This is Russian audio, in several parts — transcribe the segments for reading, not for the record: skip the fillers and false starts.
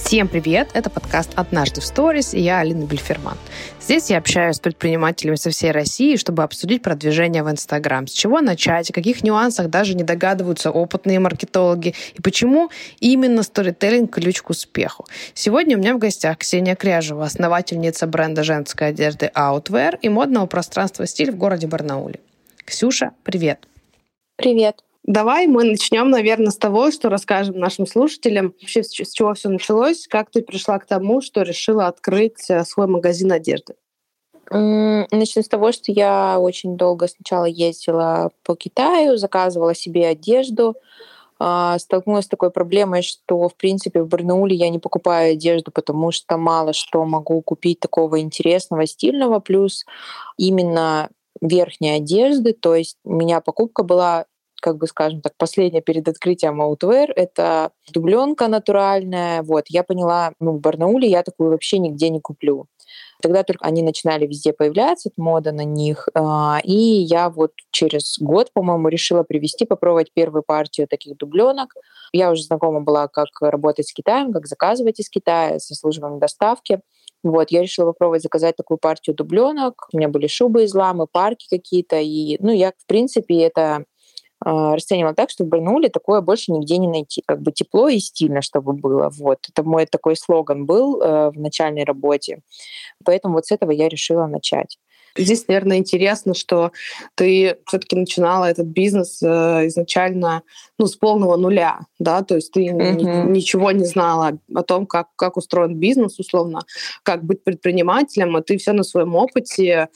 Всем привет! Это подкаст «Однажды в сторис» и я, Алина Бельферман. Здесь я общаюсь с предпринимателями со всей России, чтобы обсудить продвижение в Инстаграм. С чего начать, о каких нюансах даже не догадываются опытные маркетологи и почему именно сторителлинг – ключ к успеху. Сегодня у меня в гостях Ксения Кряжева, основательница бренда женской одежды Outwear и модного пространства «Стиль» в городе Барнауле. Ксюша, привет! Привет! Давай мы начнем, наверное, с того, что расскажем нашим слушателям, вообще с чего все началось, как ты пришла к тому, что решила открыть свой магазин одежды. Начну с того, что я очень долго сначала ездила по Китаю, заказывала себе одежду, столкнулась с такой проблемой, что, в принципе, в Барнауле я не покупаю одежду, потому что мало что могу купить такого интересного, стильного, плюс именно верхней одежды, то есть у меня покупка была, скажем так, последняя перед открытием Outwear, это дубленка натуральная. Вот, я поняла, в Барнауле я такую вообще нигде не куплю. Тогда только они начинали везде появляться, мода на них. И я вот через год, по-моему, решила попробовать первую партию таких дубленок. Я уже знакома была, как работать с Китаем, как заказывать из Китая, со службами доставки. Вот, я решила попробовать заказать такую партию дубленок. У меня были шубы из ламы, парки какие-то. И, я, в принципе, это расценивала так, что в Барнауле такое больше нигде не найти. Тепло и стильно, чтобы было. Вот. Это мой такой слоган был в начальной работе. Поэтому вот с этого я решила начать. Здесь, наверное, интересно, что ты все-таки начинала этот бизнес изначально с полного нуля, да, то есть ты ничего не знала о том, как устроен бизнес, условно, как быть предпринимателем, а ты все на своем опыте,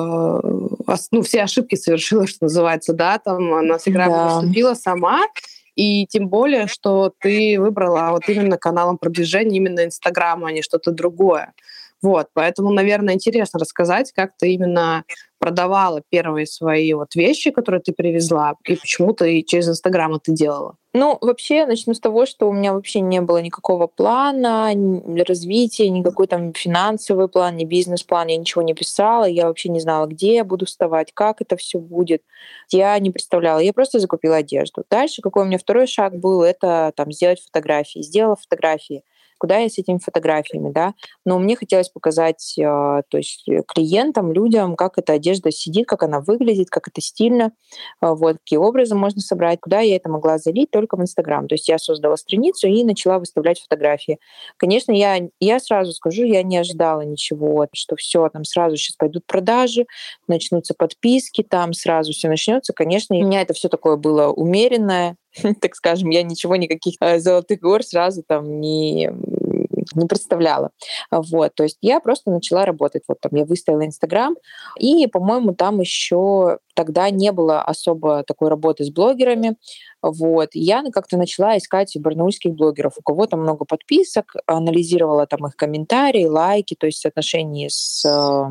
все ошибки совершила, что называется, да, там на Инстаграме поступила сама, и тем более, что ты выбрала вот именно каналом продвижения именно Инстаграм, а не что-то другое. Вот, поэтому, наверное, интересно рассказать, как ты именно продавала первые свои вещи, которые ты привезла, и почему ты через Инстаграм это делала. Вообще, начну с того, что у меня вообще не было никакого плана развития, никакой там финансовый план, ни бизнес-план, я ничего не писала, я вообще не знала, где я буду вставать, как это все будет. Я не представляла, я просто закупила одежду. Дальше какой у меня второй шаг был, это там сделать фотографии. Сделала фотографии. Куда я с этими фотографиями, да? Но мне хотелось показать, то есть клиентам, людям, как эта одежда сидит, как она выглядит, как это стильно, вот, какие образы можно собрать, куда я это могла залить только в Инстаграм. То есть я создала страницу и начала выставлять фотографии. Конечно, я сразу скажу, я не ожидала ничего, что все там сразу сейчас пойдут продажи, начнутся подписки, там сразу все начнется. Конечно, у меня это все такое было умеренное, так скажем, я никаких золотых гор сразу там не представляла. Вот, то есть я просто начала работать. Вот там я выставила Инстаграм, и, по-моему, там еще тогда не было особо такой работы с блогерами. Вот. Я как-то начала искать барнаульских блогеров, у кого там много подписок, анализировала там их комментарии, лайки, то есть соотношение с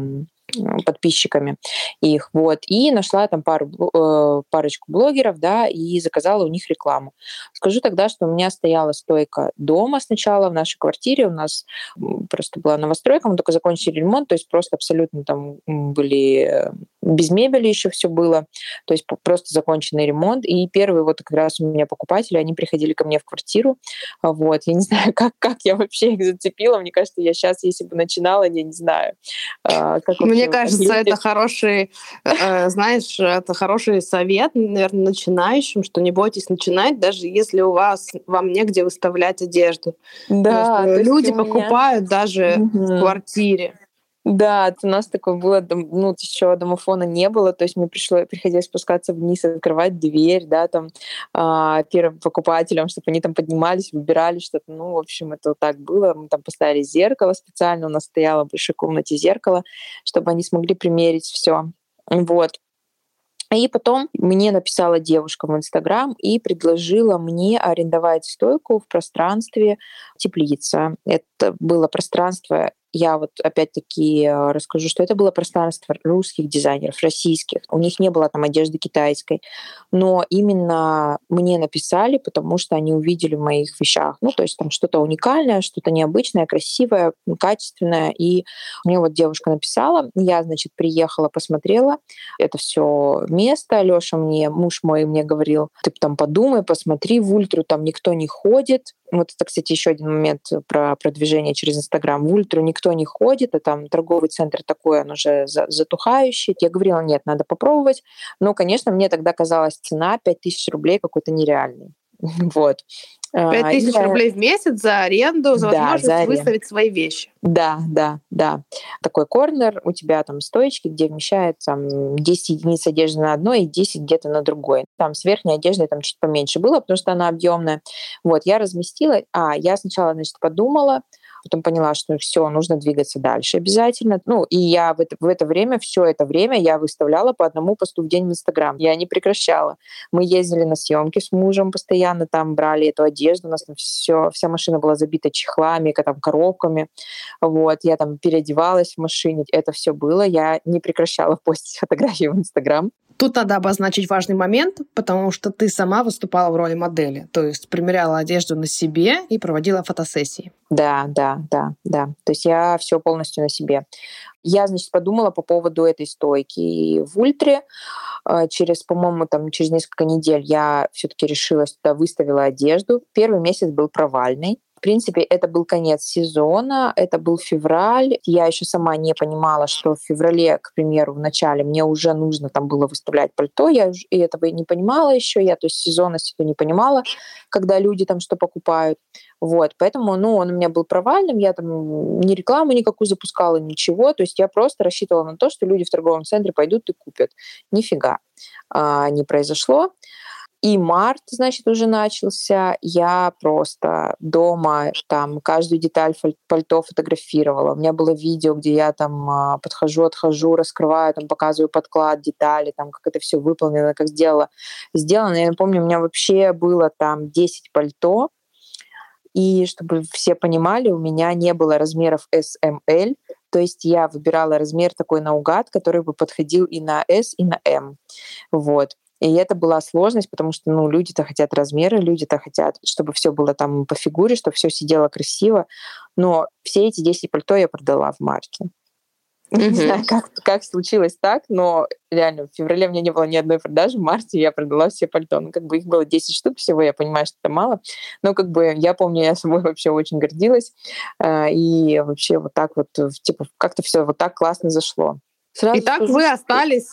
подписчиками их, вот, и нашла там парочку блогеров, да, и заказала у них рекламу. Скажу тогда, что у меня стояла стойка дома сначала в нашей квартире, у нас просто была новостройка, мы только закончили ремонт, то есть просто абсолютно там были без мебели еще все было, то есть просто законченный ремонт, и первые как раз у меня покупатели, они приходили ко мне в квартиру, вот, я не знаю, как я вообще их зацепила, мне кажется, я сейчас, если бы начинала, я не знаю, Мне кажется, это хороший, знаешь, это хороший совет, наверное, начинающим, что не бойтесь начинать, даже если вам негде выставлять одежду. Да, люди покупают даже в квартире. Да, у нас такое было, еще домофона не было, то есть мне приходилось спускаться вниз, открывать дверь, да, там, первым покупателям, чтобы они там поднимались, выбирали что-то, в общем, это так было. Мы там поставили зеркало специально, у нас стояло в большой комнате зеркало, чтобы они смогли примерить все. Вот. И потом мне написала девушка в Инстаграм и предложила мне арендовать стойку в пространстве «Теплица». Это было пространство, я опять-таки расскажу, что это было пространство русских дизайнеров, российских. У них не было там одежды китайской. Но именно мне написали, потому что они увидели в моих вещах, то есть там что-то уникальное, что-то необычное, красивое, качественное. И мне девушка написала, я, приехала, посмотрела это все место. Лёша муж мой мне говорил, ты там подумай, посмотри в Ультру, там никто не ходит, Вот это, кстати, еще один момент про продвижение через Инстаграм. В Ультру никто не ходит, а там торговый центр такой, он уже затухающий. Я говорила, нет, надо попробовать. Но, конечно, мне тогда казалась цена 5000 рублей какой-то нереальной. Вот. 5000 рублей в месяц за аренду, за возможность выставить свои вещи. Да. Такой корнер, у тебя там стоечки, где вмещает там 10 единиц одежды на одной и 10 где-то на другой. Там с верхней одеждой там чуть поменьше было, потому что она объемная. Вот, я разместила. Я сначала, значит, подумала, потом поняла, что все, нужно двигаться дальше обязательно. Ну, и я в это время, все это время я выставляла по одному посту в день в Инстаграм. Я не прекращала. Мы ездили на съемки с мужем постоянно, там брали эту одежду, у нас там вся машина была забита чехлами, там, коробками. Вот, я там переодевалась в машине. Это все было. Я не прекращала постить фотографии в Инстаграм. Тут надо обозначить важный момент, потому что ты сама выступала в роли модели, то есть примеряла одежду на себе и проводила фотосессии. Да. То есть я все полностью на себе. Я, значит, подумала по поводу этой стойки в Ультре. По-моему, через несколько недель я все-таки решилась туда, выставила одежду. Первый месяц был провальный. В принципе, это был конец сезона, это был февраль. Я еще сама не понимала, что в феврале, к примеру, в начале мне уже нужно там было выставлять пальто. Я и этого и не понимала еще. Я, то есть, сезонность эту не понимала, когда люди там что покупают. Вот, поэтому, он у меня был провальным, я там ни рекламу никакую запускала, ничего. То есть я просто рассчитывала на то, что люди в торговом центре пойдут и купят. Нифига не произошло. И март, значит, уже начался. Я просто дома там каждую деталь пальто фотографировала. У меня было видео, где я там подхожу, отхожу, раскрываю, там показываю подклад, детали, там как это все выполнено, как сделано. Я помню, у меня вообще было там 10 пальто. И чтобы все понимали, у меня не было размеров S, M, L. То есть я выбирала размер такой наугад, который бы подходил и на S, и на M. Вот. И это была сложность, потому что люди-то хотят размеры, люди-то хотят, чтобы все было там по фигуре, чтобы все сидело красиво. Но все эти 10 пальто я продала в марте. Не знаю, как случилось так, но реально в феврале у меня не было ни одной продажи, в марте я продала все пальто. Их было 10 штук всего, я понимаю, что это мало, но я помню, я собой вообще очень гордилась, и вообще вот так вот, как-то все вот так классно зашло. Итак, вы остались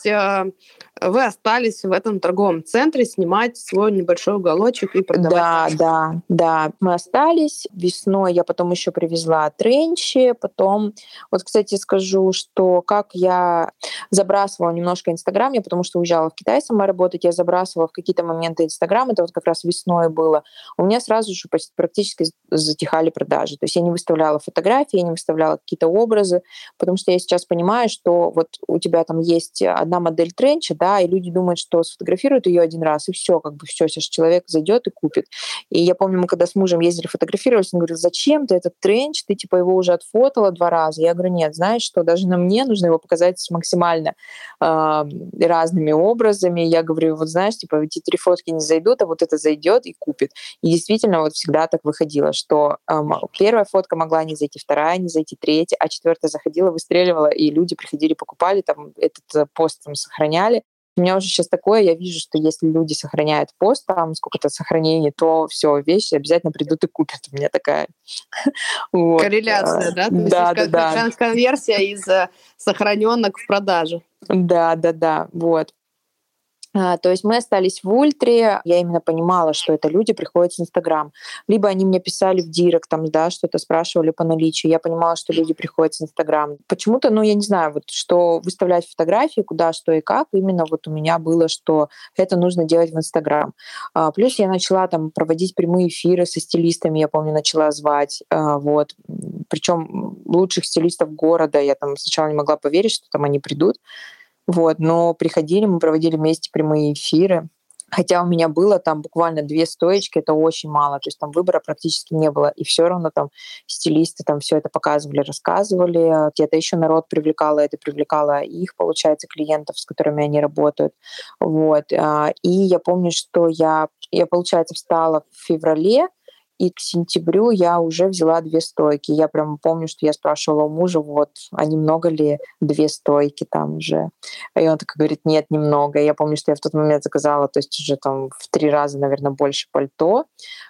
в этом торговом центре снимать свой небольшой уголочек и продавать. Да. Мы остались. Весной я потом еще привезла тренчи. Потом, вот, кстати, скажу, что как я забрасывала немножко Инстаграм, я потому что уезжала в Китай сама работать, я забрасывала в какие-то моменты Инстаграм, это вот как раз весной было. У меня сразу же практически затихали продажи. То есть я не выставляла фотографии, я не выставляла какие-то образы, потому что я сейчас понимаю, что вот у тебя там есть одна модель тренча, да, и люди думают, что сфотографируют ее один раз, и все, сейчас человек зайдет и купит. И я помню, мы когда с мужем ездили фотографировались, он говорит: зачем ты этот тренч, ты его уже отфотала 2 раза. Я говорю: нет, знаешь что, даже на мне нужно его показать максимально разными образами. Я говорю: вот знаешь, эти 3 фотки не зайдут, а вот это зайдет и купит. И действительно вот всегда так выходило, что первая фотка могла не зайти, вторая не зайти, третья, а 4-я заходила, выстреливала, и люди приходили, покупали, там этот пост там сохраняли. У меня уже сейчас такое, я вижу, что если люди сохраняют пост, там сколько-то сохранений, то все, вещи обязательно придут и купят. У меня такая корреляция, да? Да. Конверсия из сохраненок в продажу. Да, вот. То есть мы остались в Ультре, я именно понимала, что это люди приходят с Инстаграм. Либо они мне писали в директ, там, да, что-то спрашивали по наличию. Я понимала, что люди приходят с Инстаграм. Почему-то, я не знаю, вот что выставлять фотографии, куда, что и как, именно вот у меня было, что это нужно делать в Инстаграм. Плюс я начала там проводить прямые эфиры со стилистами, я помню, начала звать. Вот. Причем лучших стилистов города. Я там сначала не могла поверить, что там они придут. Вот, но приходили, мы проводили вместе прямые эфиры. Хотя у меня было там буквально 2 стоечки, это очень мало, то есть там выбора практически не было. И все равно там стилисты там все это показывали, рассказывали. Где-то еще народ привлекало, это привлекало их, получается, клиентов, с которыми они работают. Вот. И я помню, что я получается, встала в феврале, и к сентябрю я уже взяла 2 стойки. Я прям помню, что я спрашивала у мужа, вот, а немного ли 2 стойки там уже? И он такой говорит, нет, немного. Я помню, что я в тот момент заказала, то есть уже там в 3 раза, наверное, больше пальто.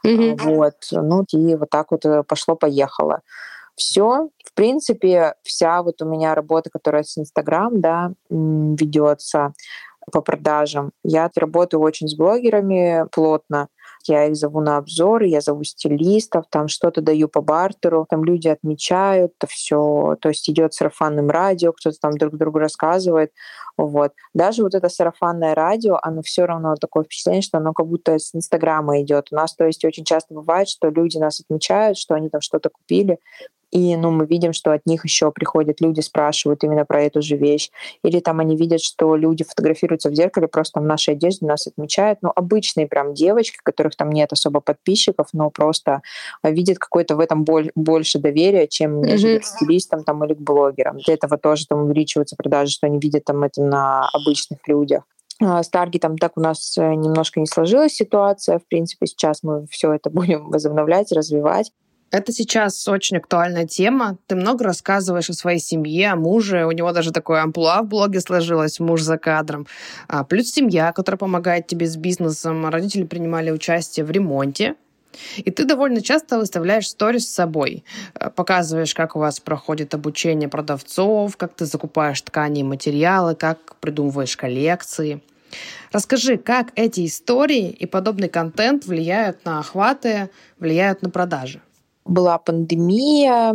Вот, ну и вот так вот пошло-поехало. Все, в принципе, вся вот у меня работа, которая с Инстаграм, да, ведется по продажам. Я работаю очень с блогерами плотно. Я их зову на обзоры, я зову стилистов, там что-то даю по бартеру, там люди отмечают все, то есть идет сарафанным радио, кто-то там друг другу рассказывает. Вот. Даже вот это сарафанное радио, оно все равно такое впечатление, что оно как будто с Инстаграма идет. У нас, то есть, очень часто бывает, что люди нас отмечают, что они там что-то купили, и мы видим, что от них еще приходят люди, спрашивают именно про эту же вещь. Или там они видят, что люди фотографируются в зеркале, просто там в нашей одежде нас отмечают. Обычные прям девочки, которых там нет особо подписчиков, но просто видят какое-то в этом больше доверия, чем нежели к стилистам там, или к блогерам. Для этого тоже там увеличиваются продажи, что они видят там это на обычных людях. С таргетом так у нас немножко не сложилась ситуация. В принципе, сейчас мы все это будем возобновлять, развивать. Это сейчас очень актуальная тема. Ты много рассказываешь о своей семье, о муже. У него даже такое амплуа в блоге сложилось, муж за кадром. Плюс семья, которая помогает тебе с бизнесом. Родители принимали участие в ремонте. И ты довольно часто выставляешь сторис с собой. Показываешь, как у вас проходит обучение продавцов, как ты закупаешь ткани и материалы, как придумываешь коллекции. Расскажи, как эти истории и подобный контент влияют на охваты, влияют на продажи? Была пандемия,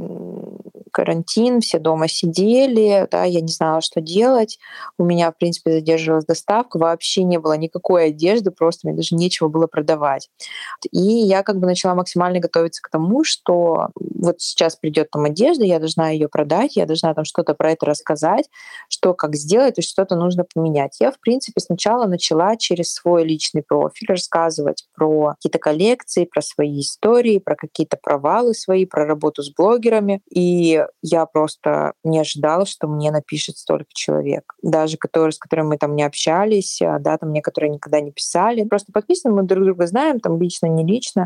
карантин, все дома сидели, да, я не знала, что делать. У меня, в принципе, задерживалась доставка, вообще не было никакой одежды, просто мне даже нечего было продавать. И я как бы начала максимально готовиться к тому, что вот сейчас придет там одежда, я должна ее продать, я должна там что-то про это рассказать, что как сделать, то есть что-то нужно поменять. Я, в принципе, сначала начала через свой личный профиль рассказывать про какие-то коллекции, про свои истории, про какие-то провалы свои, про работу с блогерами. И я просто не ожидала, что мне напишет столько человек. Даже с которыми мы там не общались, да, там некоторые никогда не писали. Просто подписаны, мы друг друга знаем, там лично, не лично.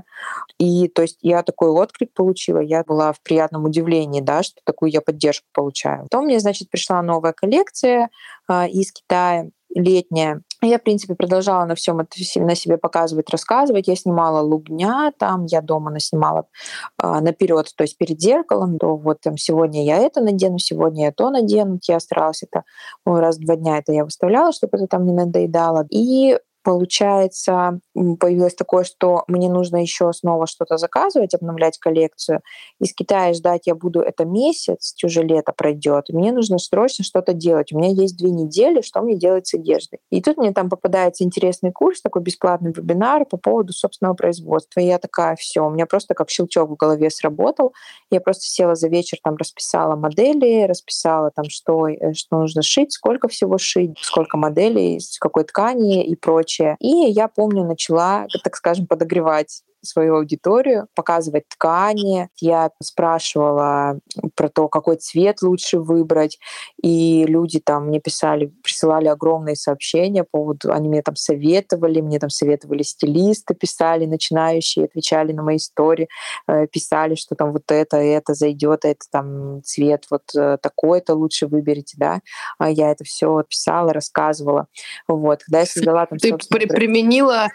И то есть я такой отклик получила, я была в приятном удивлении, да, что такую я поддержку получаю. Потом мне, значит, пришла новая коллекция из Китая, летняя. Я, в принципе, продолжала на всем это на себе показывать, рассказывать. Я снимала лук дня, там я дома наснимала наперед, то есть перед зеркалом, то вот там сегодня я это надену, сегодня я то надену. Я старалась это раз в 2 дня это я выставляла, чтобы это там не надоедало. И получается, появилось такое, что мне нужно еще снова что-то заказывать, обновлять коллекцию. Из Китая ждать я буду это месяц, уже лето пройдет. Мне нужно срочно что-то делать. У меня есть 2 недели, что мне делать с одеждой. И тут мне там попадается интересный курс, такой бесплатный вебинар по поводу собственного производства. И я такая, все, у меня просто как щелчок в голове сработал. Я просто села за вечер, там расписала модели, расписала там, что нужно шить, сколько всего шить, сколько моделей, с какой ткани и прочее. И я помню, начала, так скажем, подогревать свою аудиторию, показывать ткани. Я спрашивала про то, какой цвет лучше выбрать. И люди там мне писали, присылали огромные сообщения по поводу, они мне там советовали, мне там советовали стилисты, писали, начинающие, отвечали на мои истории, писали, что там вот это зайдет, это там цвет вот такой-то лучше выберите, да. Я это все писала, рассказывала. Вот. Когда я создала там... Ты применила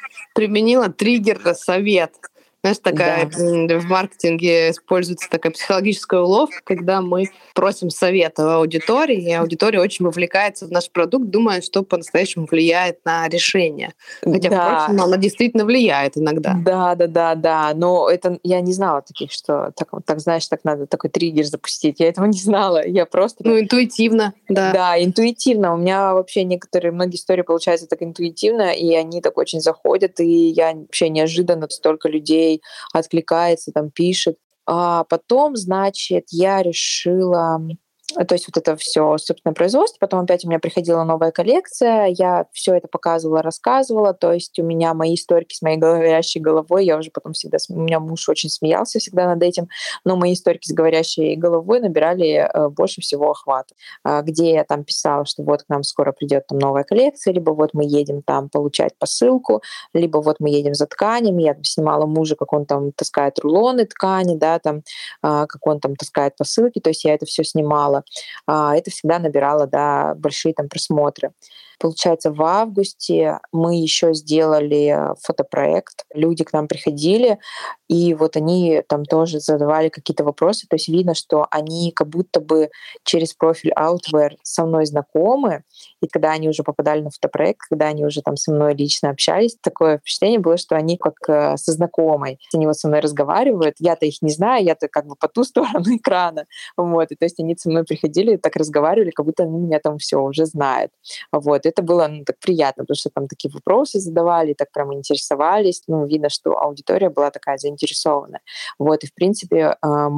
триггер совет. Знаешь, такая в маркетинге используется такая психологическая уловка, когда мы просим совета у аудитории, и аудитория очень вовлекается в наш продукт, думая, что по-настоящему влияет на решение. Хотя, впрочем, она действительно влияет иногда. Да. Но это я не знала таких, что так знаешь, так надо такой триггер запустить. Я этого не знала. Я просто... интуитивно, да. Да, интуитивно. У меня вообще многие истории получаются так интуитивно, и они так очень заходят, и я вообще неожиданно столько людей откликается, там пишет. А потом, значит, я решила То есть вот это все, собственно, производство. Потом опять у меня приходила новая коллекция, я все это показывала, рассказывала. То есть у меня мои историки с моей говорящей головой, я уже потом всегда... У меня муж очень смеялся всегда над этим, но мои историки с говорящей головой набирали больше всего охвата. Где я там писала, что вот к нам скоро придет там новая коллекция, либо вот мы едем там получать посылку, либо вот мы едем за тканями. Я там снимала мужа, как он там таскает рулоны ткани, да, там, как он там таскает посылки. То есть я это все снимала. Это всегда набирало, да, большие там просмотры. Получается, в августе мы еще сделали фотопроект. Люди к нам приходили, и вот они там тоже задавали какие-то вопросы. То есть видно, что они как будто бы через профиль Outwear со мной знакомы. И когда они уже попадали на фотопроект, когда они уже там со мной лично общались, такое впечатление было, что они как со знакомой. Они вот со мной разговаривают. Я-то их не знаю, я-то как бы по ту сторону экрана. Вот. И то есть они со мной приходили, так разговаривали, как будто они меня там все уже знают. Вот. Это было, ну, так приятно, потому что там такие вопросы задавали, так прям интересовались. Ну, видно, что аудитория была такая заинтересованная. Вот. И, в принципе,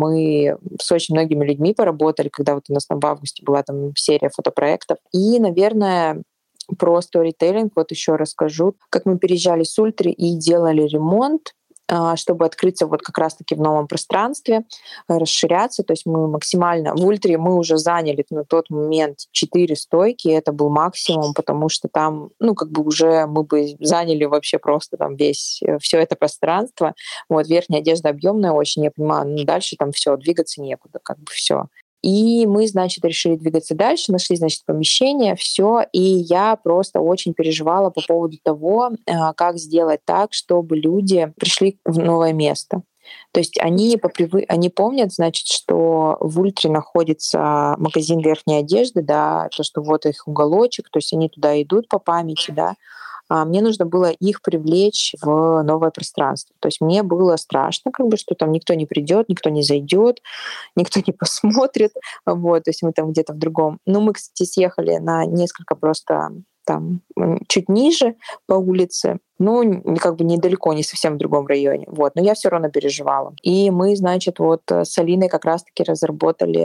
мы с очень многими людьми поработали, когда вот у нас там в августе была там серия фотопроектов. И, наверное, про сторителлинг вот еще расскажу. Как мы переезжали с Ультри и делали ремонт, чтобы открыться вот как раз-таки в новом пространстве, расширяться. То есть мы максимально... В Ультре мы уже заняли на тот момент 4 стойки, это был максимум, потому что там, ну, как бы уже мы бы заняли вообще просто там все это пространство. Вот, верхняя одежда объемная очень, я понимаю, ну, дальше там все, двигаться некуда, как бы все. И мы, значит, решили двигаться дальше, нашли, значит, помещение, все, и я просто очень переживала по поводу того, как сделать так, чтобы люди пришли в новое место. То есть они помнят, значит, что в Ультре находится магазин верхней одежды, да, то, что вот их уголочек, то есть они туда идут по памяти, да, мне нужно было их привлечь в новое пространство. То есть мне было страшно, как бы, что там никто не придет, никто не зайдет, никто не посмотрит. Вот, то есть мы там где-то в другом. Но мы, кстати, съехали на несколько просто там чуть ниже по улице, ну, как бы недалеко, не совсем в другом районе. Вот. Но я все равно переживала. И мы, значит, вот с Алиной как раз-таки разработали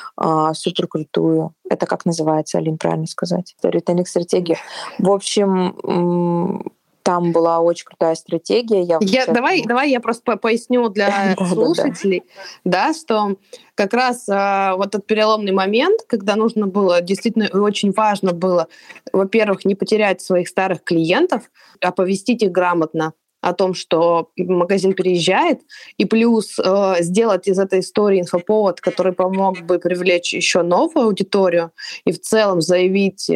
суперкрутую, это как называется, Алин, правильно сказать, ритейлинг-стратегию. В общем, там была очень крутая стратегия. Давай я просто поясню для слушателей, да, что как раз вот этот переломный момент, когда нужно было, действительно очень важно было, во-первых, не потерять своих старых клиентов, оповестить их грамотно о том, что магазин переезжает, и плюс сделать из этой истории инфоповод, который помог бы привлечь еще новую аудиторию и в целом заявить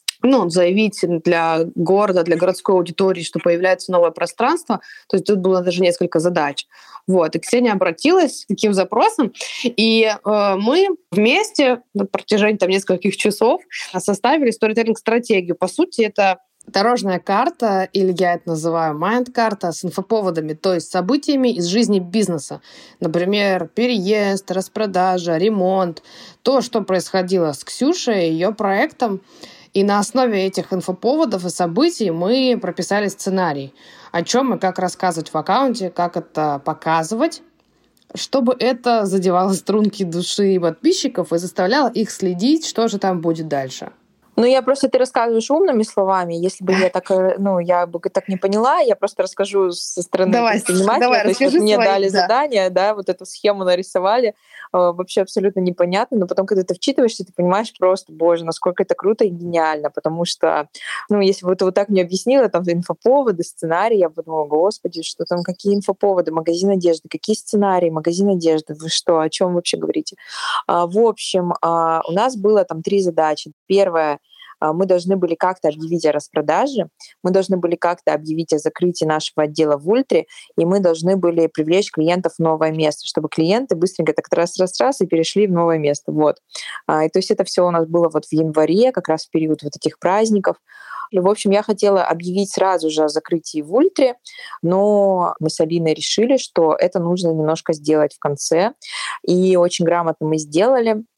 для города, для городской аудитории, что появляется новое пространство. То есть тут было даже несколько задач. Вот. И Ксения обратилась с таким запросом, и мы вместе на протяжении там нескольких часов составили сторителлинг-стратегию. По сути, это дорожная карта, или я это называю майнд-карта, с инфоповодами, то есть событиями из жизни бизнеса. Например, переезд, распродажа, ремонт, то, что происходило с Ксюшей, ее проектом. И на основе этих инфоповодов и событий мы прописали сценарий, о чем и как рассказывать в аккаунте, как это показывать, чтобы это задевало струнки души подписчиков и заставляло их следить, что же там будет дальше. Ну, ты рассказываешь умными словами. Если бы я бы так не поняла, я просто расскажу со стороны предпринимателя. То есть вот мне дали задание, да, вот эту схему нарисовали, вообще абсолютно непонятно, но потом, когда ты вчитываешься, ты понимаешь просто, боже, насколько это круто и гениально, потому что, если бы ты вот так мне объяснила, там, инфоповоды, сценарии, я подумала, господи, что там, какие инфоповоды, магазин одежды, какие сценарии, магазин одежды, вы что, о чем вообще говорите? В общем, у нас было там 3 задачи. Первая, мы должны были как-то объявить о распродаже, мы должны были как-то объявить о закрытии нашего отдела в Ультре, и мы должны были привлечь клиентов в новое место, чтобы клиенты быстренько так раз и перешли в новое место. Вот. И то есть это все у нас было вот в январе, как раз в период вот этих праздников. И, в общем, я хотела объявить сразу же о закрытии в Ультре, но мы с Алиной решили, что это нужно немножко сделать в конце. И очень грамотно мы сделали.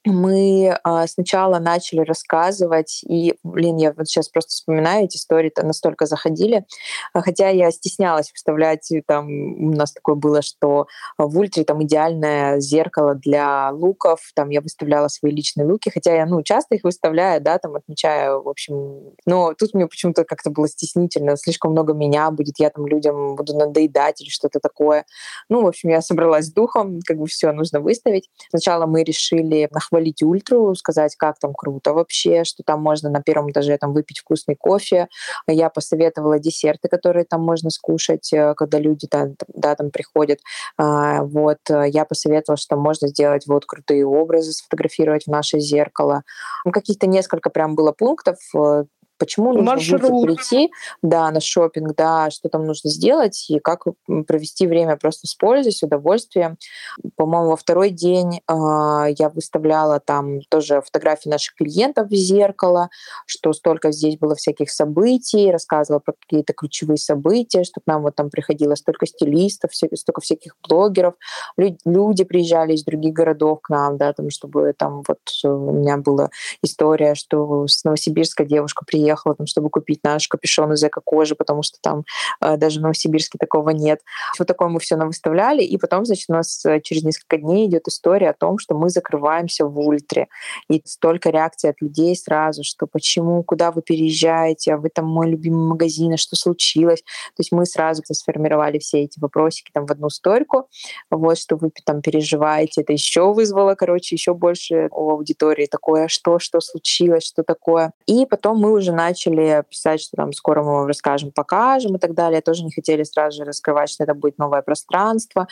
мы сначала начали рассказывать, и, я вот сейчас просто вспоминаю, эти истории-то настолько заходили, хотя я стеснялась выставлять, там у нас такое было, что в Ультре там идеальное зеркало для луков, там я выставляла свои личные луки, хотя я, часто их выставляю, да, там отмечаю, в общем, но тут мне почему-то как-то было стеснительно, слишком много меня будет, я там людям буду надоедать или что-то такое. В общем, я собралась с духом, как бы все нужно выставить. Сначала мы решили нахвалить Ультру, сказать, как там круто вообще, что там можно на первом этаже там выпить вкусный кофе. Я посоветовала десерты, которые там можно скушать, когда люди там приходят. Я посоветовала, что там можно сделать вот крутые образы, сфотографировать в наше зеркало. Каких-то несколько прям было пунктов, почему нужно в Ультру прийти, да, на шопинг, да, что там нужно сделать и как провести время просто с пользой, с удовольствием. По-моему, во второй день я выставляла там тоже фотографии наших клиентов в зеркало, что столько здесь было всяких событий, рассказывала про какие-то ключевые события, что к нам вот там приходило столько стилистов, столько всяких блогеров, люди приезжали из других городов к нам, да, там, чтобы там вот у меня была история, что с Новосибирска девушка приехала, там, чтобы купить наш капюшон из эко-кожи, потому что там даже в Новосибирске такого нет. Вот такое мы все выставляли, и потом, значит, у нас через несколько дней идет история о том, что мы закрываемся в Ультре. И столько реакций от людей сразу, что почему, куда вы переезжаете, а вы там мой любимый магазин, а что случилось? То есть мы сразу сформировали все эти вопросики там в одну стойку, вот, что вы там переживаете. Это еще вызвало, еще больше у аудитории такое, что случилось, что такое. И потом мы уже начали писать, что там скоро мы вам расскажем, покажем и так далее. Тоже не хотели сразу же раскрывать, что это будет новое пространство.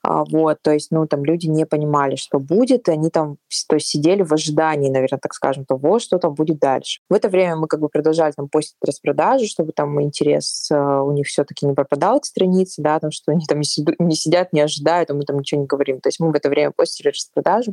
То есть, там люди не понимали, что будет, и они там сидели в ожидании, наверное, так скажем, того, что там будет дальше. В это время мы как бы продолжали там постить распродажи, чтобы там интерес у них все-таки не пропадал к странице, да, там, что они там не сидят, не ожидают, а мы там ничего не говорим. То есть мы в это время постили распродажу.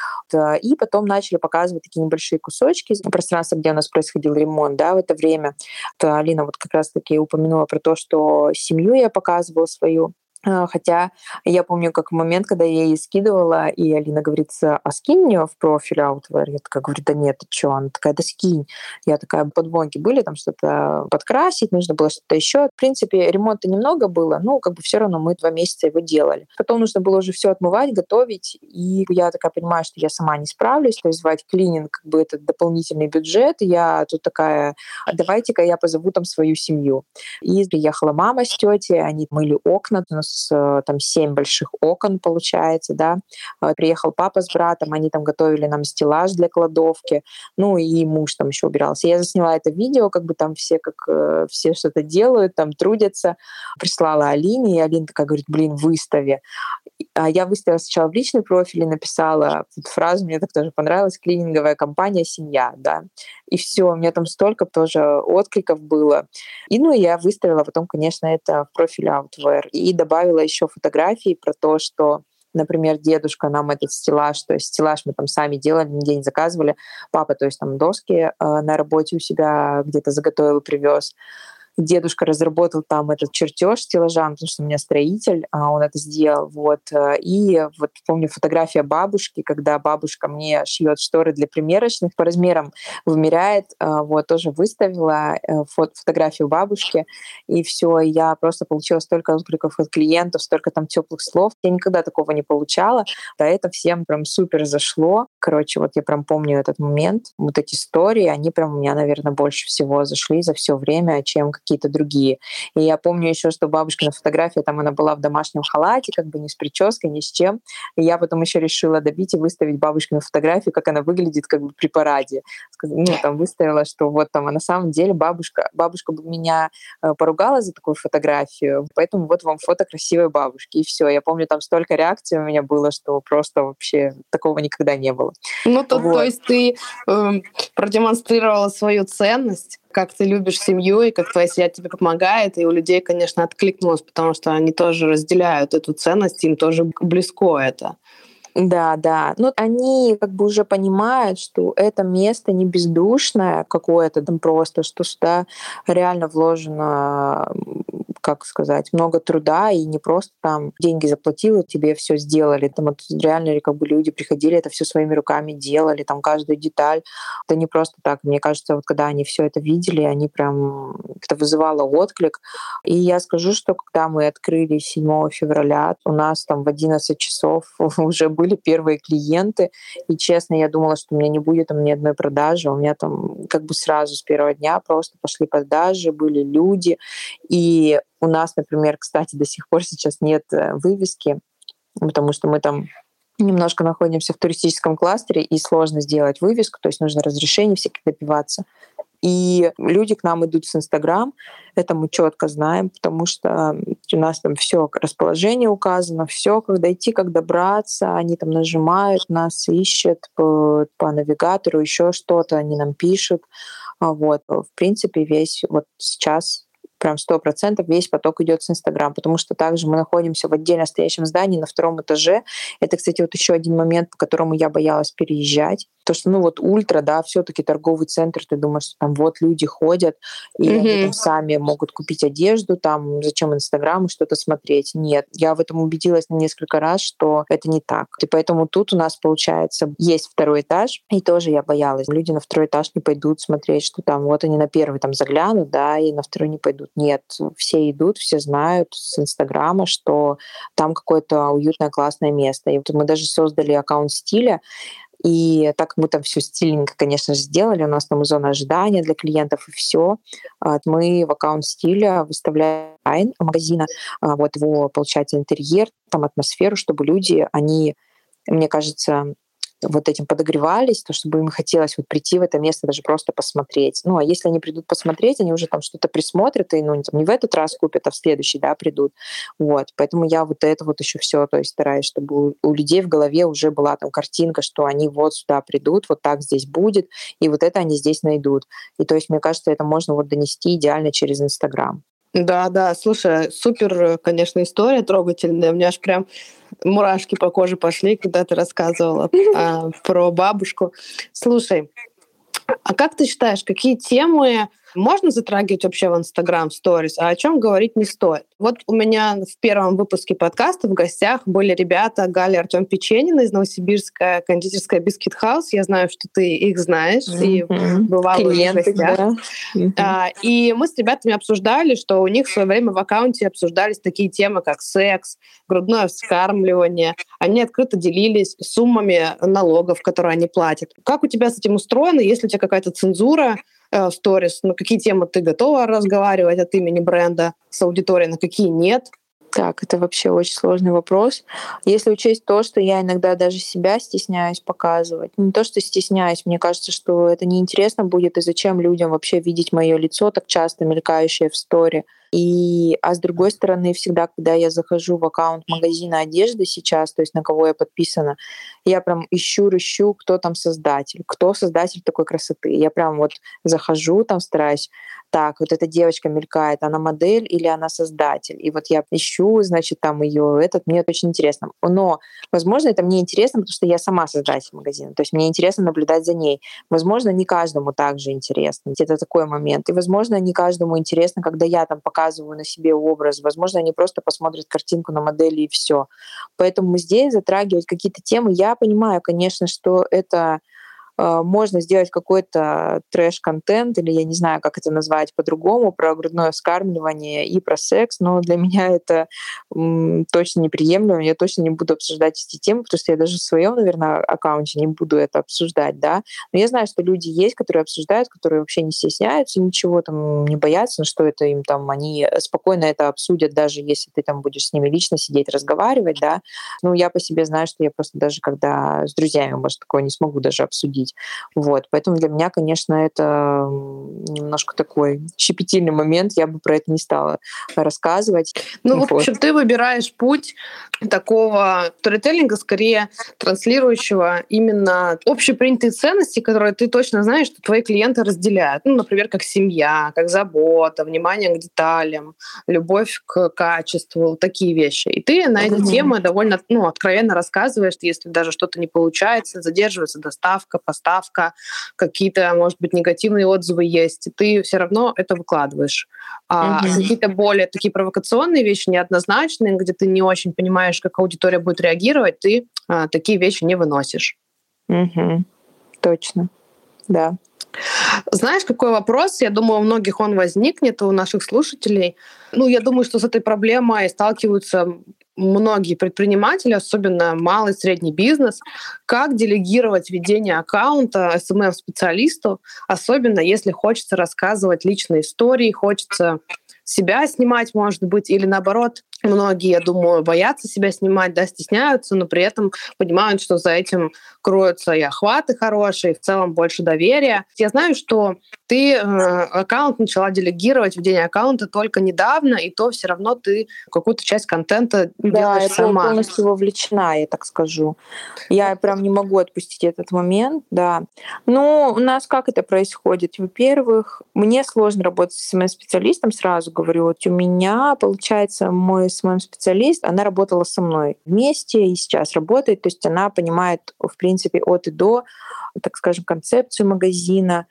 И потом начали показывать такие небольшие кусочки пространства, где у нас происходил ремонт, да, в это время. Алина вот как раз-таки упомянула про то, что семью я показывала свою. Хотя я помню, как момент, когда я ей скидывала, и Алина говорит, а скинь мне в профиль Outwear. Я такая говорю, да нет, ты что? Она такая, да скинь. Я такая, подбонки были, там что-то подкрасить, нужно было что-то еще. В принципе, ремонта немного было, как бы все равно мы 2 месяца его делали. Потом нужно было уже все отмывать, готовить, и я такая понимаю, что я сама не справлюсь, то есть звать клининг, как бы это дополнительный бюджет. Я тут такая, давайте-ка я позову там свою семью. И приехала мама с тетей, они мыли окна, у нас там 7 больших окон получается, да. Приехал папа с братом, они там готовили нам стеллаж для кладовки, и муж там еще убирался. Я засняла это видео, как бы там все все что-то делают, там трудятся. Прислала Алине, и Алина такая говорит, выстави. А я выставила сначала в личный профиль и написала фразу, мне так тоже понравилось, клининговая компания «Семья», да. И все, у меня там столько тоже откликов было. И я выставила потом, конечно, это в профиль Outwear. И добавила еще фотографии про то, что, например, дедушка нам этот стеллаж, то есть стеллаж мы там сами делали, нигде не заказывали. Папа, то есть там доски на работе у себя где-то заготовил и привез. Дедушка разработал там этот чертеж стеллажа, потому что у меня строитель, он это сделал. И вот помню фотография бабушки, когда бабушка мне шьет шторы для примерочных, по размерам вымеряет, тоже выставила фотографию бабушки, и все, я просто получила столько откликов от клиентов, столько там теплых слов. Я никогда такого не получала, да, это всем прям супер зашло. Короче, я прям помню этот момент, вот эти истории, они прям у меня, наверное, больше всего зашли за все время, чем какие-то другие. И я помню еще, что бабушкина фотография, там она была в домашнем халате, как бы не с прической, ни с чем. И я потом еще решила добить и выставить бабушкину фотографию, как она выглядит как бы при параде. Там выставила, что вот там, а на самом деле бабушка бы меня поругала за такую фотографию, поэтому вот вам фото красивой бабушки. И все. Я помню, там столько реакций у меня было, что просто вообще такого никогда не было. То есть ты продемонстрировала свою ценность, как ты любишь семью и как твоя семья тебе помогает, и у людей, конечно, откликнулось, потому что они тоже разделяют эту ценность, им тоже близко это. Да. Они как бы уже понимают, что это место не бездушное какое-то там просто, что сюда реально вложено как сказать, много труда, и не просто там деньги заплатила, тебе все сделали. Там реально как бы люди приходили, это все своими руками делали, там каждую деталь. Это не просто так. Мне кажется, вот когда они все это видели, они прям это вызывало отклик. И я скажу, что когда мы открыли 7 февраля, у нас там в 11 часов уже были первые клиенты. И честно, я думала, что у меня не будет там ни одной продажи. У меня там как бы сразу с первого дня просто пошли продажи, были люди. И у нас, например, кстати, до сих пор сейчас нет вывески, потому что мы там немножко находимся в туристическом кластере, и сложно сделать вывеску, то есть нужно разрешение всяких добиваться. И люди к нам идут с Инстаграм, это мы четко знаем, потому что у нас там все расположение указано, все, как дойти, как добраться, они там нажимают, нас ищут по навигатору, еще что-то, они нам пишут. Вот. В принципе, весь вот сейчас прям 100% весь поток идет с Инстаграм, потому что также мы находимся в отдельно стоящем здании на 2 этаже. Это, кстати, вот еще один момент, по которому я боялась переезжать. То, что, ну вот ультра, да, все-таки торговый центр, ты думаешь, что там вот люди ходят, и они там сами могут купить одежду, там зачем Инстаграм и что-то смотреть. Нет, я в этом убедилась несколько раз, что это не так. И поэтому тут у нас, получается, есть 2 этаж, и тоже я боялась. Люди на 2 этаж не пойдут смотреть, что там вот они на 1 там заглянут, да, и на 2 не пойдут. Нет, все идут, все знают с Инстаграма, что там какое-то уютное, классное место. И вот мы даже создали аккаунт стиля, и так мы там все стильненько, конечно же, сделали. У нас там зона ожидания для клиентов и все. Мы в аккаунт стиля выставляем магазина, вот его, получается, интерьер, там атмосферу, чтобы люди, они, мне кажется, вот этим подогревались, то, чтобы им хотелось вот прийти в это место, даже просто посмотреть. Ну, а если они придут посмотреть, они уже там что-то присмотрят, и ну, там, не в этот раз купят, а в следующий, да, придут. Вот. Поэтому я вот это вот еще все, то есть стараюсь, чтобы у людей в голове уже была там картинка, что они вот сюда придут, вот так здесь будет, и вот это они здесь найдут. И то есть, мне кажется, это можно вот донести идеально через Инстаграм. Да, слушай, супер, конечно, история трогательная. У меня аж прям мурашки по коже пошли, когда ты рассказывала про бабушку. Слушай, а как ты считаешь, какие темы можно затрагивать вообще в Instagram Stories, а о чем говорить не стоит? Вот у меня в первом выпуске подкаста в гостях были ребята Галя и Артём Печенина из Новосибирска, кондитерская Biscuit House. Я знаю, что ты их знаешь и бывала в их гостях. Да. И мы с ребятами обсуждали, что у них в свое время в аккаунте обсуждались такие темы, как секс, грудное вскармливание. Они открыто делились суммами налогов, которые они платят. Как у тебя с этим устроено? Есть ли у тебя какая-то цензура в сторис? На какие темы ты готова разговаривать от имени бренда с аудиторией, на какие нет? Так, это вообще очень сложный вопрос. Если учесть то, что я иногда даже себя стесняюсь показывать, не то, что стесняюсь, мне кажется, что это неинтересно будет, и зачем людям вообще видеть мое лицо так часто мелькающее в сторе. А с другой стороны, всегда, когда я захожу в аккаунт магазина одежды сейчас, то есть на кого я подписана, я прям рыщу, кто там создатель, кто создатель такой красоты. Я прям вот захожу, там стараюсь, так, вот эта девочка мелькает, она модель или она создатель? И вот я ищу, значит, там ее, мне очень интересно. Но, возможно, это мне интересно, потому что я сама создатель магазина, то есть мне интересно наблюдать за ней. Возможно, не каждому также интересно. Это такой момент. И, возможно, не каждому интересно, когда я там показываю на себе образ. Возможно, они просто посмотрят картинку на модели и все. Поэтому здесь затрагивать какие-то темы. Я понимаю, конечно, что это можно сделать какой-то трэш-контент, или я не знаю, как это назвать по-другому, про грудное вскармливание и про секс, но для меня это точно неприемлемо, я точно не буду обсуждать эти темы, потому что я даже в своем, наверное, аккаунте не буду это обсуждать, да. Но я знаю, что люди есть, которые обсуждают, которые вообще не стесняются, ничего там не боятся, что это им там, они спокойно это обсудят, даже если ты там будешь с ними лично сидеть, разговаривать, да. Ну, я по себе знаю, что я просто даже когда с друзьями, может, такое не смогу даже обсудить. Вот. Поэтому для меня, конечно, это немножко такой щепетильный момент. Я бы про это не стала рассказывать. Ну, вот. В общем, ты выбираешь путь такого сторителлинга, скорее транслирующего именно общепринятые ценности, которые ты точно знаешь, что твои клиенты разделяют. Ну, например, как семья, как забота, внимание к деталям, любовь к качеству, такие вещи. И ты на эти темы довольно откровенно рассказываешь, если даже что-то не получается, задерживается доставка, поставка, какие-то, может быть, негативные отзывы есть, и ты все равно это выкладываешь. А какие-то более такие провокационные вещи, неоднозначные, где ты не очень понимаешь, как аудитория будет реагировать, ты такие вещи не выносишь. Точно, да. Знаешь, какой вопрос? Я думаю, у многих он возникнет, у наших слушателей. Я думаю, что с этой проблемой сталкиваются многие предприниматели, особенно малый и средний бизнес. Как делегировать ведение аккаунта SMM-специалисту, особенно если хочется рассказывать личные истории, хочется себя снимать, может быть, или наоборот, многие, я думаю, боятся себя снимать, стесняются, но при этом понимают, что за этим кроются и охваты хорошие, и в целом больше доверия. Я знаю, что ты аккаунт начала делегировать, ведение аккаунта только недавно, и то все равно ты какую-то часть контента делаешь сама. Да, я полностью вовлечена, я так скажу. Я прям не могу отпустить этот момент, да. У нас как это происходит? Во-первых, мне сложно работать с SMM-специалистом, сразу говорю. Вот у меня, получается, мой SMM-специалист, она работала со мной вместе и сейчас работает, то есть она понимает, в принципе, от и до, так скажем, концепцию магазина.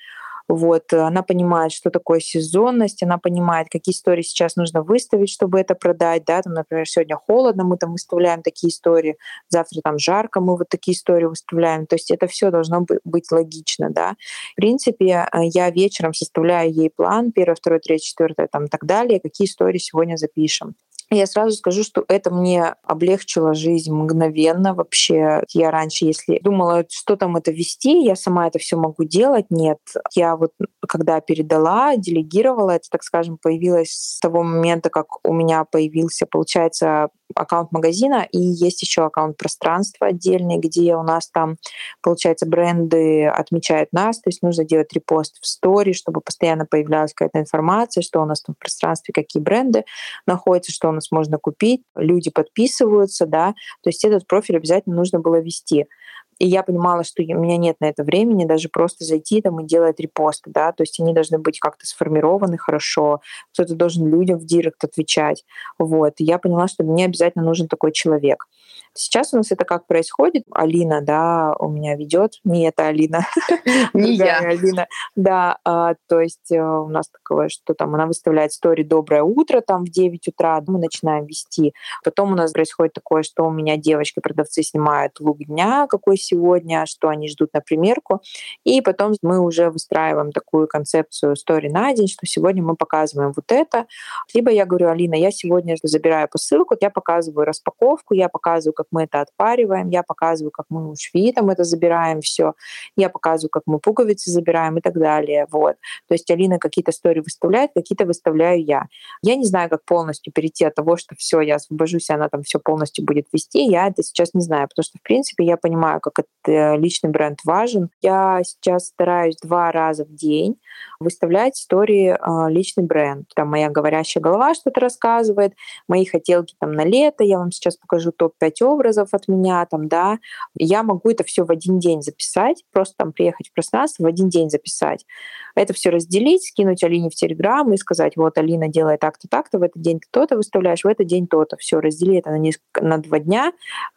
Она понимает, что такое сезонность, она понимает, какие истории сейчас нужно выставить, чтобы это продать. Да? Например, сегодня холодно, мы там выставляем такие истории, завтра там жарко, мы такие истории выставляем. То есть это все должно быть логично. Да? В принципе, я вечером составляю ей план, 1, 2, 3, 4, там, и так далее, какие истории сегодня запишем. Я сразу скажу, что это мне облегчило жизнь мгновенно вообще. Я раньше, если думала, что там это вести, я сама это все могу делать. Нет. Я когда передала, делегировала, это, так скажем, появилось с того момента, как у меня появился, получается, аккаунт магазина, и есть еще аккаунт пространства отдельный, где у нас там, получается, бренды отмечают нас, то есть нужно делать репост в стори, чтобы постоянно появлялась какая-то информация, что у нас там в пространстве, какие бренды находятся, что у нас можно купить, люди подписываются, да, то есть этот профиль обязательно нужно было вести. И я понимала, что у меня нет на это времени даже просто зайти там и делать репосты, да, то есть они должны быть как-то сформированы хорошо, кто-то должен людям в директ отвечать. И я поняла, что мне обязательно нужен такой человек. Сейчас у нас это как происходит? Алина, да, у меня ведет, не эта Алина, не я. Алина, да, то есть у нас такое, что там она выставляет стори «Доброе утро» там в 9 утра, мы начинаем вести. Потом у нас происходит такое, что у меня девочки-продавцы снимают лук дня, какой сегодня, что они ждут на примерку, и потом мы уже выстраиваем такую концепцию стори на день, что сегодня мы показываем вот это. Либо я говорю: Алина, я сегодня забираю посылку, я показываю распаковку, я показываю, как мы это отпариваем, я показываю, как мы у швеи там это забираем все, я показываю, как мы пуговицы забираем и так далее. То есть Алина какие-то истории выставляет, какие-то выставляю я. Я не знаю, как полностью перейти от того, что все, я освобожусь, и она там все полностью будет вести. Я это сейчас не знаю, потому что, в принципе, я понимаю, как этот личный бренд важен. Я сейчас стараюсь 2 раза в день выставлять истории личный бренд. Там моя говорящая голова что-то рассказывает, мои хотелки там на лето, я вам сейчас покажу топ-5 образов от меня, там, да. Я могу это все в один день записать, просто там приехать в пространство, в один день записать. Это все разделить, скинуть Алине в Телеграм и сказать: вот Алина делает так-то, так-то, в этот день ты то-то выставляешь, в этот день то-то. Все, раздели это на 2 дня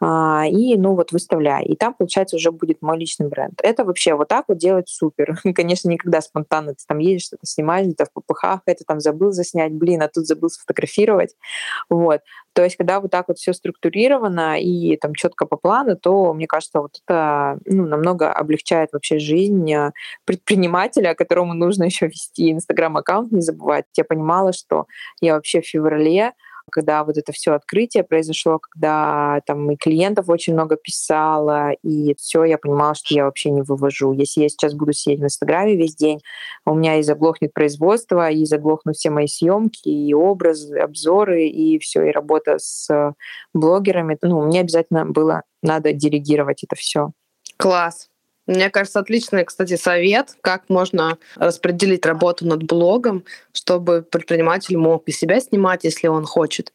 и выставляй. И там, получается, уже будет мой личный бренд. Это вообще вот так вот делать супер. Конечно, никогда спонтанно ты там едешь, что-то снимаешь, где-то в попыхах, это там забыл заснять, а тут забыл сфотографировать. То есть, когда вот так вот все структурировано и там четко по плану, то, мне кажется, вот это намного облегчает вообще жизнь предпринимателя, которому нужно еще вести Инстаграм-аккаунт, не забывать. Я понимала, что я вообще в феврале, когда вот это все открытие произошло, когда там и клиентов очень много писала, и все, я понимала, что я вообще не вывожу. Если я сейчас буду сидеть в Инстаграме весь день, у меня и заглохнет производство, и заглохнут все мои съемки, и образы, обзоры, и все, и работа с блогерами. Мне обязательно надо делегировать это все. Класс. Мне кажется, отличный, кстати, совет, как можно распределить работу над блогом, чтобы предприниматель мог и себя снимать, если он хочет,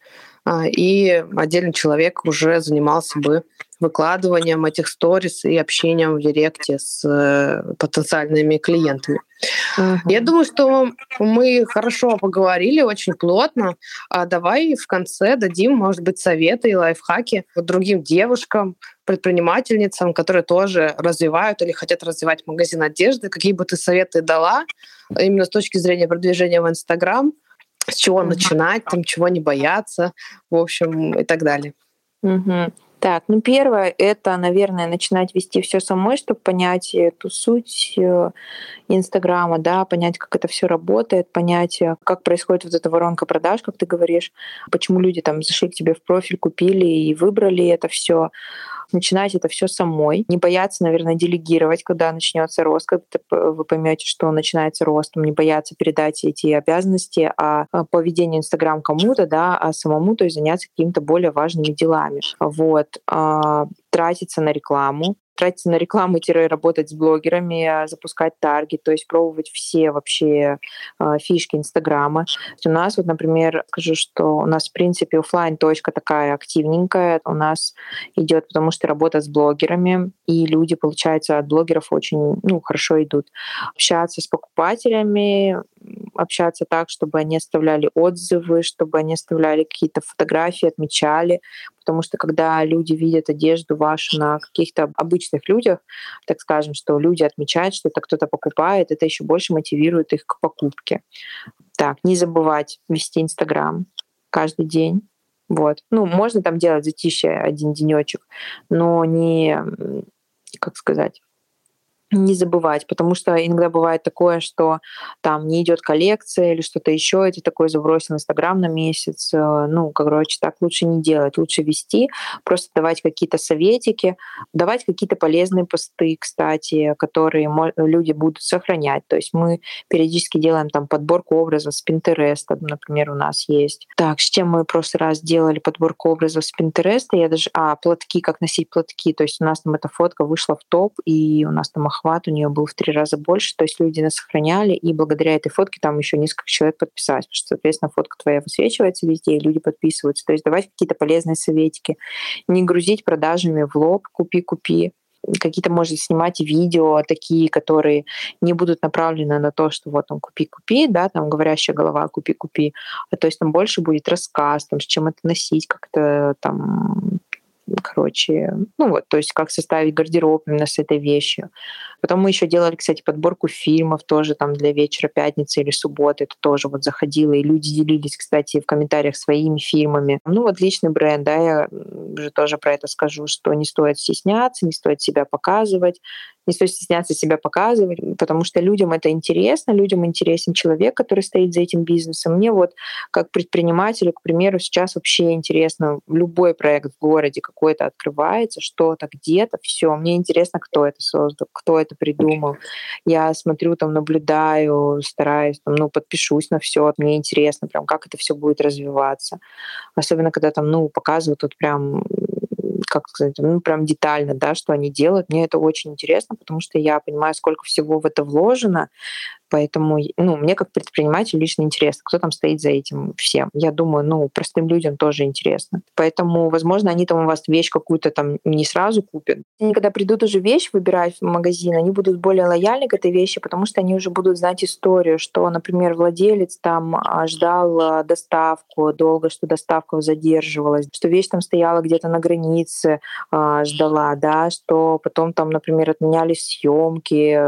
и отдельный человек уже занимался бы выкладыванием этих сторис и общением в директе с потенциальными клиентами. Я думаю, что мы хорошо поговорили, очень плотно. Давай в конце дадим, может быть, советы и лайфхаки другим девушкам, предпринимательницам, которые тоже развивают или хотят развивать магазин одежды. Какие бы ты советы дала именно с точки зрения продвижения в Инстаграм? С чего начинать, там, чего не бояться, в общем, и так далее. Так, первое — это, наверное, начинать вести все самой, чтобы понять эту суть Инстаграма, да, понять, как это все работает, понять, как происходит вот эта воронка продаж, как ты говоришь, почему люди там зашли к тебе в профиль, купили и выбрали это все. Начинать это все самой, не бояться, наверное, делегировать, когда начнется рост, когда вы поймете, что начинается рост, не бояться передать эти обязанности по ведению Инстаграм кому-то, да, а самому, то есть заняться какими-то более важными делами. Тратиться на рекламу, работать с блогерами, запускать таргет, то есть пробовать все вообще фишки Инстаграма. У нас, например, скажу, что у нас, в принципе, офлайн точка такая активненькая у нас идет, потому что работа с блогерами, и люди, получается, от блогеров очень хорошо идут. Общаться с покупателями, общаться так, чтобы они оставляли отзывы, чтобы они оставляли какие-то фотографии, отмечали, потому что когда люди видят одежду вашу на каких-то обычных людях, так скажем, что люди отмечают, что это кто-то покупает, это еще больше мотивирует их к покупке. Так, не забывать вести Инстаграм каждый день. Можно там делать затишье один денечек, но не забывать, потому что иногда бывает такое, что там не идет коллекция или что-то еще, и ты такой забросил Инстаграм на месяц. Так лучше не делать, лучше вести, просто давать какие-то советики, давать какие-то полезные посты, кстати, которые люди будут сохранять. То есть мы периодически делаем там подборку образов с Пинтереста, например, у нас есть. Так, с чем мы в прошлый раз делали подборку образов с Пинтереста, платки, как носить платки, то есть у нас там эта фотка вышла в топ, и у нас там охват у нее был в 3 раза больше, то есть люди нас сохраняли, и благодаря этой фотке там еще несколько человек подписались, потому что, соответственно, фотка твоя высвечивается везде, и люди подписываются. То есть давать какие-то полезные советики. Не грузить продажами в лоб, купи-купи. Какие-то, может, снимать видео такие, которые не будут направлены на то, что вот там купи-купи, да, там говорящая голова купи-купи, то есть там больше будет рассказ, там, с чем это носить, как это там то есть как составить гардероб именно с этой вещью. Потом мы еще делали, кстати, подборку фильмов тоже там для вечера пятницы или субботы. Это тоже заходило, и люди делились, кстати, в комментариях своими фильмами. Личный бренд, да, я уже тоже про это скажу, что не стоит стесняться, не стоит себя показывать, не стоит стесняться себя показывать, потому что людям это интересно, людям интересен человек, который стоит за этим бизнесом. Мне как предпринимателю, к примеру, сейчас вообще интересно любой проект в городе какой-то открывается, что-то где-то, все. Мне интересно, кто это создал, кто это придумал. Я смотрю, наблюдаю, стараюсь, подпишусь на все. Мне интересно, прям как это все будет развиваться. Особенно, когда показывают прям прям детально, да, что они делают. Мне это очень интересно, потому что я понимаю, сколько всего в это вложено. Поэтому, мне как предпринимателю лично интересно, кто там стоит за этим всем. Я думаю, простым людям тоже интересно. Поэтому, возможно, они там у вас вещь какую-то там не сразу купят. Они, когда придут уже вещь выбирать в магазин, они будут более лояльны к этой вещи, потому что они уже будут знать историю, что, например, владелец там ждал доставку долго, что доставка задерживалась, что вещь там стояла где-то на границе, ждала, да, что потом там, например, отменялись съемки,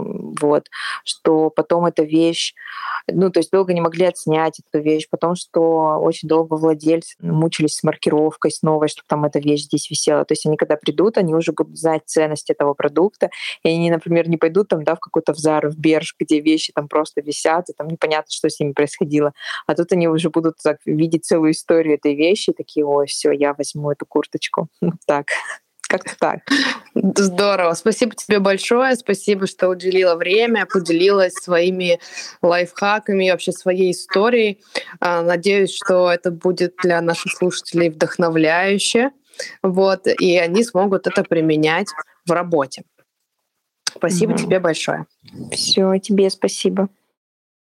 что потом эта вещь, то есть долго не могли отснять эту вещь, потом, что очень долго владельцы мучились с маркировкой, с новой, чтобы там эта вещь здесь висела. То есть они, когда придут, они уже будут знать ценность этого продукта, и они, например, не пойдут там, да, в какой-то в Зару, в Берж, где вещи там просто висят, и там непонятно, что с ними происходило. А тут они уже будут так видеть целую историю этой вещи, и такие: ой, все, я возьму эту курточку. Так. Как-то так. Здорово. Спасибо тебе большое. Спасибо, что уделила время, поделилась своими лайфхаками и вообще своей историей. Надеюсь, что это будет для наших слушателей вдохновляюще, и они смогут это применять в работе. Спасибо тебе большое. Все, тебе спасибо.